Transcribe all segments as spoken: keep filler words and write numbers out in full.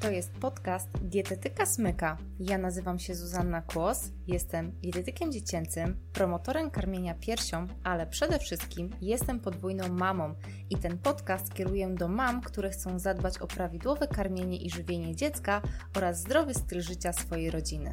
To jest podcast Dietetyka Smyka. Ja nazywam się Zuzanna Kłos, jestem dietetykiem dziecięcym, promotorem karmienia piersią, ale przede wszystkim jestem podwójną mamą i ten podcast kieruję do mam, które chcą zadbać o prawidłowe karmienie i żywienie dziecka oraz zdrowy styl życia swojej rodziny.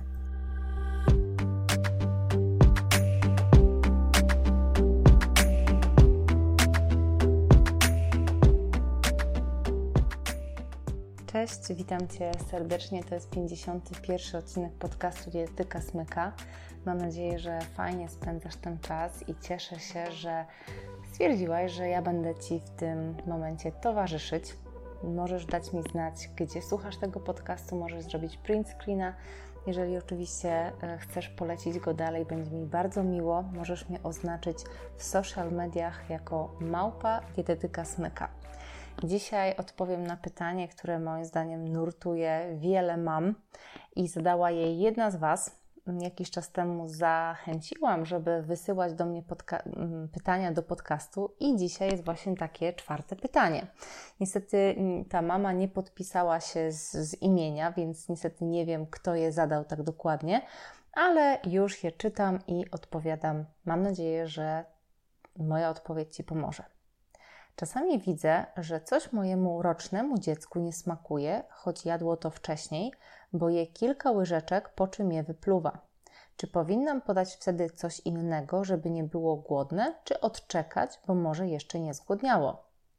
Cześć, witam Cię serdecznie. To jest pięćdziesiąty pierwszy odcinek podcastu Dietetyka Smyka. Mam nadzieję, że fajnie spędzasz ten czas i cieszę się, że stwierdziłaś, że ja będę Ci w tym momencie towarzyszyć. Możesz dać mi znać, gdzie słuchasz tego podcastu, możesz zrobić print screena. Jeżeli oczywiście chcesz polecić go dalej, będzie mi bardzo miło. Możesz mnie oznaczyć w social mediach jako małpa Dietetyka Smyka. Dzisiaj odpowiem na pytanie, które moim zdaniem nurtuje wiele mam i zadała je jedna z Was. Jakiś czas temu zachęciłam, żeby wysyłać do mnie podca- pytania do podcastu i dzisiaj jest właśnie takie czwarte pytanie. Niestety ta mama nie podpisała się z, z imienia, więc niestety nie wiem, kto je zadał tak dokładnie, ale już je czytam i odpowiadam. Mam nadzieję, że moja odpowiedź Ci pomoże. Czasami widzę, że coś mojemu rocznemu dziecku nie smakuje, choć jadło to wcześniej, bo je kilka łyżeczek, po czym je wypluwa. Czy powinnam podać wtedy coś innego, żeby nie było głodne, czy odczekać, bo może jeszcze nie zgłodniało?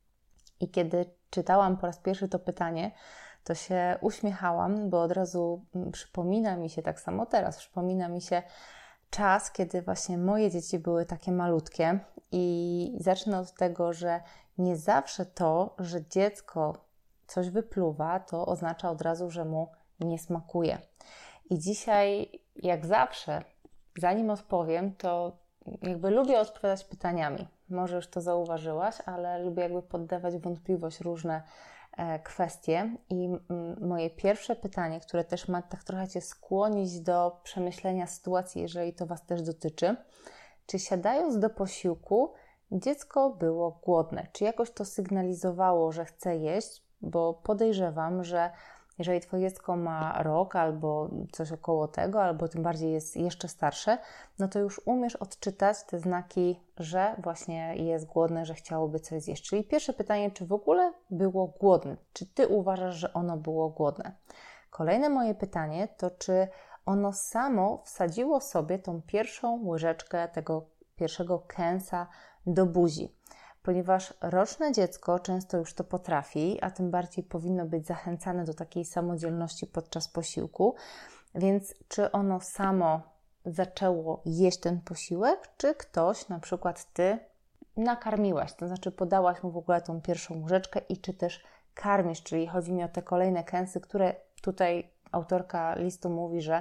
I kiedy czytałam po raz pierwszy to pytanie, to się uśmiechałam, bo od razu przypomina mi się, tak samo teraz, przypomina mi się czas, kiedy właśnie moje dzieci były takie malutkie i zacznę od tego, że nie zawsze to, że dziecko coś wypluwa, to oznacza od razu, że mu nie smakuje. I dzisiaj, jak zawsze, zanim odpowiem, to jakby lubię odpowiadać pytaniami. Może już to zauważyłaś, ale lubię jakby poddawać w wątpliwość różne e, kwestie. I m, moje pierwsze pytanie, które też ma tak trochę Cię skłonić do przemyślenia sytuacji, jeżeli to Was też dotyczy. Czy siadając do posiłku dziecko było głodne? Czy jakoś to sygnalizowało, że chce jeść? Bo podejrzewam, że jeżeli Twoje dziecko ma rok albo coś około tego, albo tym bardziej jest jeszcze starsze, no to już umiesz odczytać te znaki, że właśnie jest głodne, że chciałoby coś zjeść. Czyli pierwsze pytanie, czy w ogóle było głodne? Czy Ty uważasz, że ono było głodne? Kolejne moje pytanie to, czy ono samo wsadziło sobie tą pierwszą łyżeczkę tego pierwszego kęsa do buzi. Ponieważ roczne dziecko często już to potrafi, a tym bardziej powinno być zachęcane do takiej samodzielności podczas posiłku, więc czy ono samo zaczęło jeść ten posiłek, czy ktoś, na przykład Ty, nakarmiłaś, to znaczy podałaś mu w ogóle tą pierwszą łyżeczkę i czy też karmisz, czyli chodzi mi o te kolejne kęsy, które tutaj autorka listu mówi, że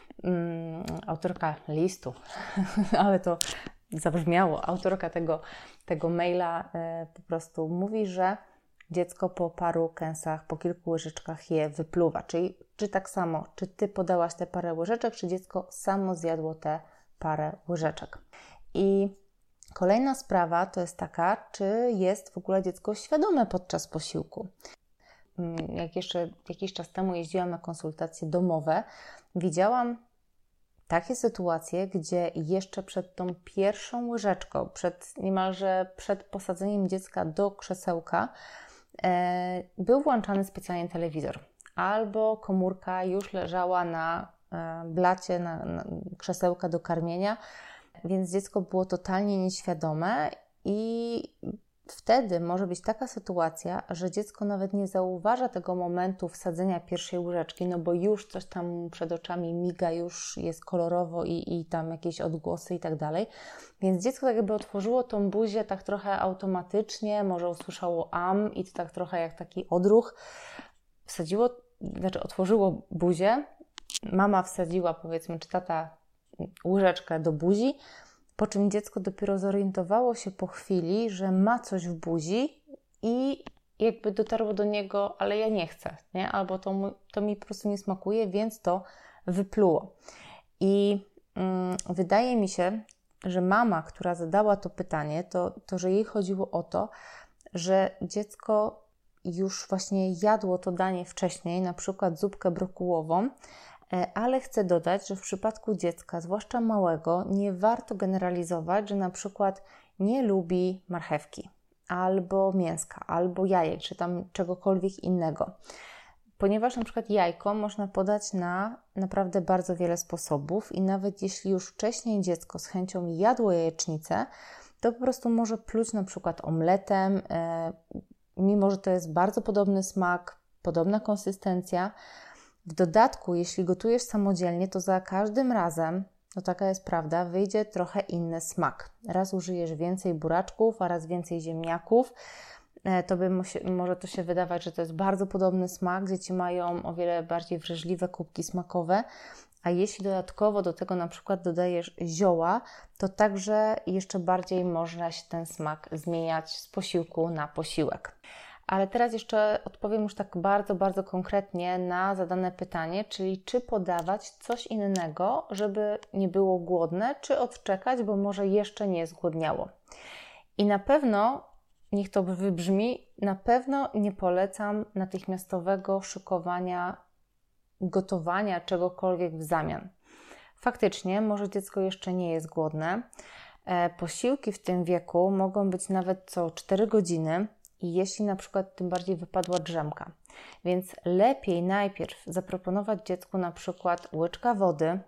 um, autorka listu, ale to zabrzmiało, autorka tego, tego maila e, po prostu mówi, że dziecko po paru kęsach, po kilku łyżeczkach je wypluwa. Czyli czy tak samo, czy Ty podałaś te parę łyżeczek, czy dziecko samo zjadło te parę łyżeczek. I kolejna sprawa to jest taka, czy jest w ogóle dziecko świadome podczas posiłku. Jak jeszcze jakiś czas temu jeździłam na konsultacje domowe, widziałam takie sytuacje, gdzie jeszcze przed tą pierwszą łyżeczką, przed, niemalże przed posadzeniem dziecka do krzesełka, e, był włączany specjalnie telewizor. Albo komórka już leżała na e, blacie, na, na krzesełka do karmienia, więc dziecko było totalnie nieświadome i wtedy może być taka sytuacja, że dziecko nawet nie zauważa tego momentu wsadzenia pierwszej łyżeczki, no bo już coś tam przed oczami miga, już jest kolorowo i, i tam jakieś odgłosy i tak dalej. Więc dziecko tak jakby otworzyło tą buzię tak trochę automatycznie, może usłyszało am i to tak trochę jak taki odruch. Wsadziło, znaczy otworzyło buzię, mama wsadziła, powiedzmy, czy tata łyżeczkę do buzi, po czym dziecko dopiero zorientowało się po chwili, że ma coś w buzi i jakby dotarło do niego, ale ja nie chcę, nie? Albo to, to mi po prostu nie smakuje, więc to wypluło. I mm, wydaje mi się, że mama, która zadała to pytanie, to, to, że jej chodziło o to, że dziecko już właśnie jadło to danie wcześniej, na przykład zupkę brokułową, ale chcę dodać, że w przypadku dziecka, zwłaszcza małego, nie warto generalizować, że na przykład nie lubi marchewki, albo mięska, albo jajek, czy tam czegokolwiek innego. Ponieważ na przykład jajko można podać na naprawdę bardzo wiele sposobów i nawet jeśli już wcześniej dziecko z chęcią jadło jajecznicę, to po prostu może pluć na przykład omletem, mimo że to jest bardzo podobny smak, podobna konsystencja. W dodatku, jeśli gotujesz samodzielnie, to za każdym razem, no taka jest prawda, wyjdzie trochę inny smak. Raz użyjesz więcej buraczków, a raz więcej ziemniaków. To by może to się wydawać, że to jest bardzo podobny smak. Dzieci mają o wiele bardziej wrażliwe kubki smakowe, a jeśli dodatkowo do tego na przykład dodajesz zioła, to także jeszcze bardziej można się ten smak zmieniać z posiłku na posiłek. Ale teraz jeszcze odpowiem już tak bardzo, bardzo konkretnie na zadane pytanie, czyli czy podawać coś innego, żeby nie było głodne, czy odczekać, bo może jeszcze nie zgłodniało. I na pewno, niech to wybrzmi, na pewno nie polecam natychmiastowego szykowania, gotowania czegokolwiek w zamian. Faktycznie, może dziecko jeszcze nie jest głodne. Posiłki w tym wieku mogą być nawet co cztery godziny, i jeśli na przykład tym bardziej wypadła drzemka. Więc lepiej najpierw zaproponować dziecku na przykład łyczka wody.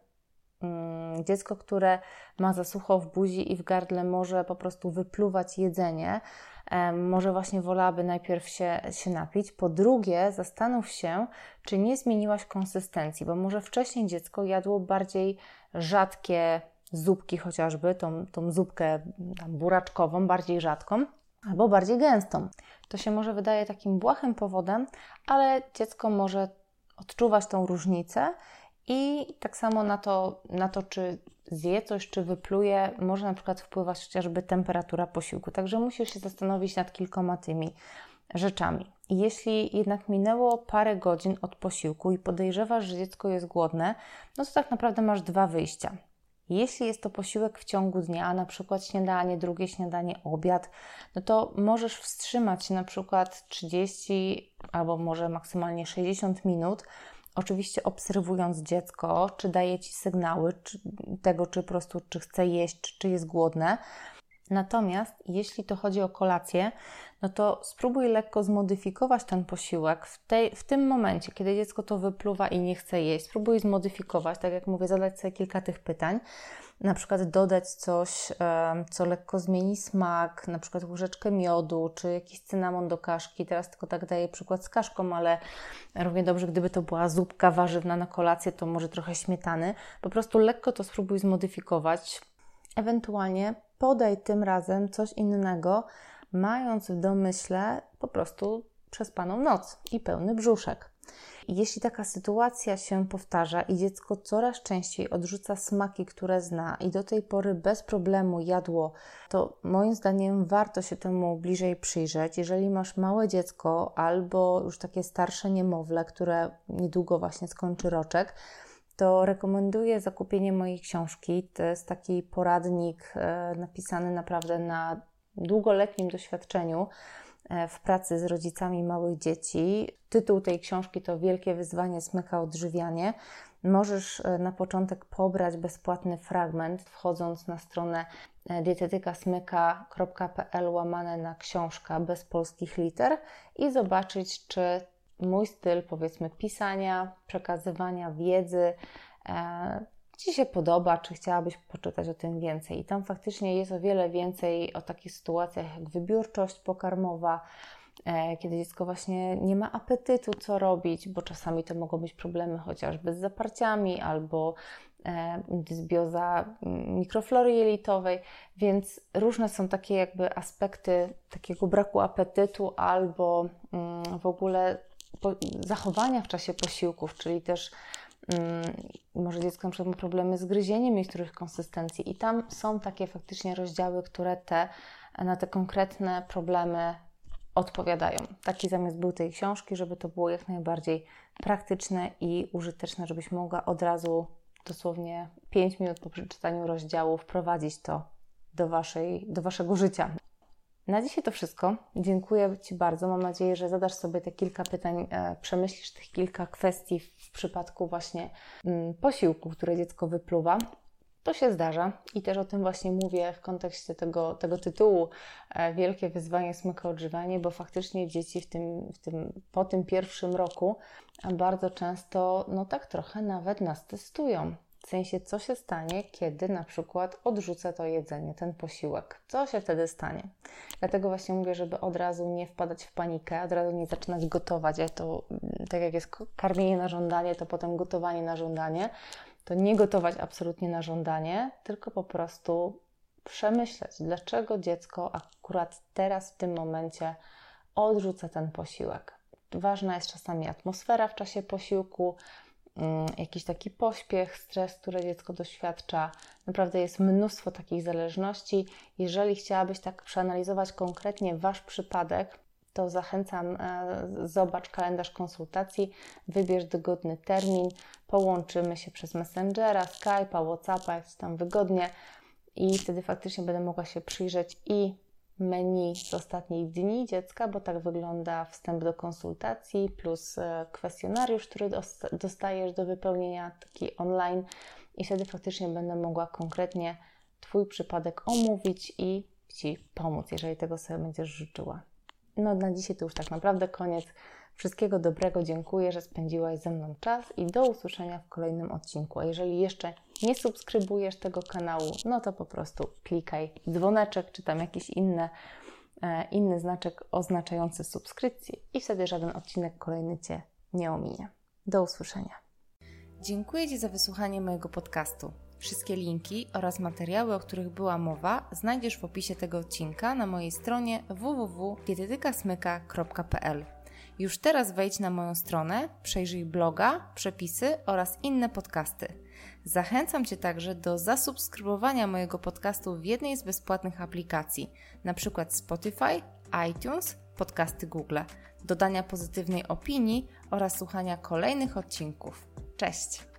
Dziecko, które ma za sucho w buzi i w gardle, może po prostu wypluwać jedzenie. Może właśnie wolałaby najpierw się, się napić. Po drugie, zastanów się, czy nie zmieniłaś konsystencji, bo może wcześniej dziecko jadło bardziej rzadkie zupki chociażby, tą, tą zupkę tam buraczkową, bardziej rzadką, albo bardziej gęstą. To się może wydaje takim błahym powodem, ale dziecko może odczuwać tą różnicę i tak samo na to, na to, czy zje coś, czy wypluje, może na przykład wpływać chociażby temperatura posiłku. Także musisz się zastanowić nad kilkoma tymi rzeczami. I jeśli jednak minęło parę godzin od posiłku i podejrzewasz, że dziecko jest głodne, no to tak naprawdę masz dwa wyjścia. Jeśli jest to posiłek w ciągu dnia, na przykład śniadanie, drugie śniadanie, obiad, no to możesz wstrzymać się na przykład trzydzieści albo może maksymalnie sześćdziesiąt minut, oczywiście obserwując dziecko, czy daje Ci sygnały czy tego, czy po prostu czy chce jeść, czy, czy jest głodne. Natomiast jeśli to chodzi o kolację, no to spróbuj lekko zmodyfikować ten posiłek w, tej, w tym momencie, kiedy dziecko to wypluwa i nie chce jeść. Spróbuj zmodyfikować, tak jak mówię, zadać sobie kilka tych pytań. Na przykład dodać coś, co lekko zmieni smak, na przykład łyżeczkę miodu, czy jakiś cynamon do kaszki. Teraz tylko tak daję przykład z kaszką, ale równie dobrze, gdyby to była zupka warzywna na kolację, to może trochę śmietany. Po prostu lekko to spróbuj zmodyfikować. Ewentualnie podaj tym razem coś innego, mając w domyśle po prostu przespaną noc i pełny brzuszek. Jeśli taka sytuacja się powtarza i dziecko coraz częściej odrzuca smaki, które zna i do tej pory bez problemu jadło, to moim zdaniem warto się temu bliżej przyjrzeć. Jeżeli masz małe dziecko albo już takie starsze niemowlę, które niedługo właśnie skończy roczek, to rekomenduję zakupienie mojej książki. To jest taki poradnik e, napisany naprawdę na długoletnim doświadczeniu e, w pracy z rodzicami małych dzieci. Tytuł tej książki to Wielkie wyzwanie smyka odżywianie. Możesz e, na początek pobrać bezpłatny fragment, wchodząc na stronę dietetykasmyka kropka pe el łamane na książka bez polskich liter i zobaczyć, czy mój styl, powiedzmy, pisania, przekazywania wiedzy e, Ci się podoba, czy chciałabyś poczytać o tym więcej. I tam faktycznie jest o wiele więcej o takich sytuacjach jak wybiórczość pokarmowa, e, kiedy dziecko właśnie nie ma apetytu, co robić, bo czasami to mogą być problemy chociażby z zaparciami albo e, dysbioza mikroflory jelitowej, więc różne są takie jakby aspekty takiego braku apetytu albo mm, w ogóle po, zachowania w czasie posiłków, czyli też um, może dziecko na przykład ma problemy z gryzieniem niektórych konsystencji i tam są takie faktycznie rozdziały, które te, na te konkretne problemy odpowiadają. Taki zamysł był tej książki, żeby to było jak najbardziej praktyczne i użyteczne, żebyś mogła od razu dosłownie pięć minut po przeczytaniu rozdziału wprowadzić to do, waszej, do Waszego życia. Na dzisiaj to wszystko. Dziękuję Ci bardzo. Mam nadzieję, że zadasz sobie te kilka pytań, e, przemyślisz tych kilka kwestii w przypadku właśnie mm, posiłku, które dziecko wypluwa. To się zdarza i też o tym właśnie mówię w kontekście tego, tego tytułu e, Wielkie wyzwanie smyka odżywianie, bo faktycznie dzieci w tym, w tym, po tym pierwszym roku bardzo często no tak trochę nawet nas testują. W sensie, co się stanie, kiedy na przykład odrzucę to jedzenie, ten posiłek. Co się wtedy stanie? Dlatego właśnie mówię, żeby od razu nie wpadać w panikę, od razu nie zaczynać gotować. Jak to, tak jak jest karmienie na żądanie, to potem gotowanie na żądanie. To nie gotować absolutnie na żądanie, tylko po prostu przemyśleć, dlaczego dziecko akurat teraz, w tym momencie odrzuca ten posiłek. Ważna jest czasami atmosfera w czasie posiłku, jakiś taki pośpiech, stres, który dziecko doświadcza. Naprawdę jest mnóstwo takich zależności. Jeżeli chciałabyś tak przeanalizować konkretnie Wasz przypadek, to zachęcam, zobacz kalendarz konsultacji, wybierz dogodny termin, połączymy się przez Messengera, Skype'a, Whatsappa, jak tam wygodnie i wtedy faktycznie będę mogła się przyjrzeć i menu z ostatnich dni dziecka, bo tak wygląda wstęp do konsultacji plus kwestionariusz, który dostajesz do wypełnienia, taki online i wtedy faktycznie będę mogła konkretnie Twój przypadek omówić i Ci pomóc, jeżeli tego sobie będziesz życzyła. No na dzisiaj to już tak naprawdę koniec. Wszystkiego dobrego, dziękuję, że spędziłaś ze mną czas i do usłyszenia w kolejnym odcinku. A jeżeli jeszcze nie subskrybujesz tego kanału, no to po prostu klikaj dzwoneczek, czy tam jakiś inny, e, inny znaczek oznaczający subskrypcję i wtedy żaden odcinek kolejny Cię nie ominie. Do usłyszenia. Dziękuję Ci za wysłuchanie mojego podcastu. Wszystkie linki oraz materiały, o których była mowa, znajdziesz w opisie tego odcinka na mojej stronie w w w kropka dietetykasmyka kropka p l. Już teraz wejdź na moją stronę, przejrzyj bloga, przepisy oraz inne podcasty. Zachęcam Cię także do zasubskrybowania mojego podcastu w jednej z bezpłatnych aplikacji, np. Spotify, iTunes, podcasty Google, dodania pozytywnej opinii oraz słuchania kolejnych odcinków. Cześć!